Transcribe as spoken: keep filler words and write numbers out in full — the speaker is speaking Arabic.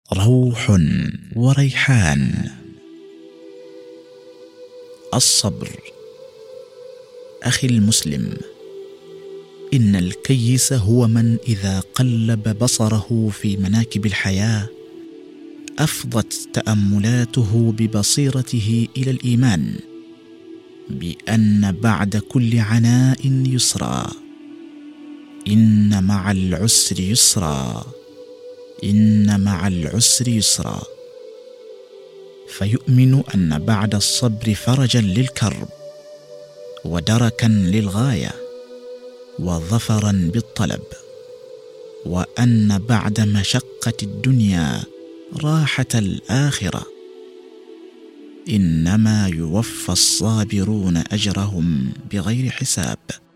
روح وريحان. الصبر. أخي المسلم، إن الكيس هو من إذا قلب بصره في مناكب الحياة أفضت تأملاته ببصيرته إلى الإيمان بأن بعد كل عناء يسرا، إن مع العسر يسرا، إن مع العسر يسرا، فيؤمن أن بعد الصبر فرجا للكرب، ودركا للغاية، وظفرا بالطلب، وأن بعد مشقة الدنيا راحة الآخرة. إنما يوفى الصابرون أجرهم بغير حساب.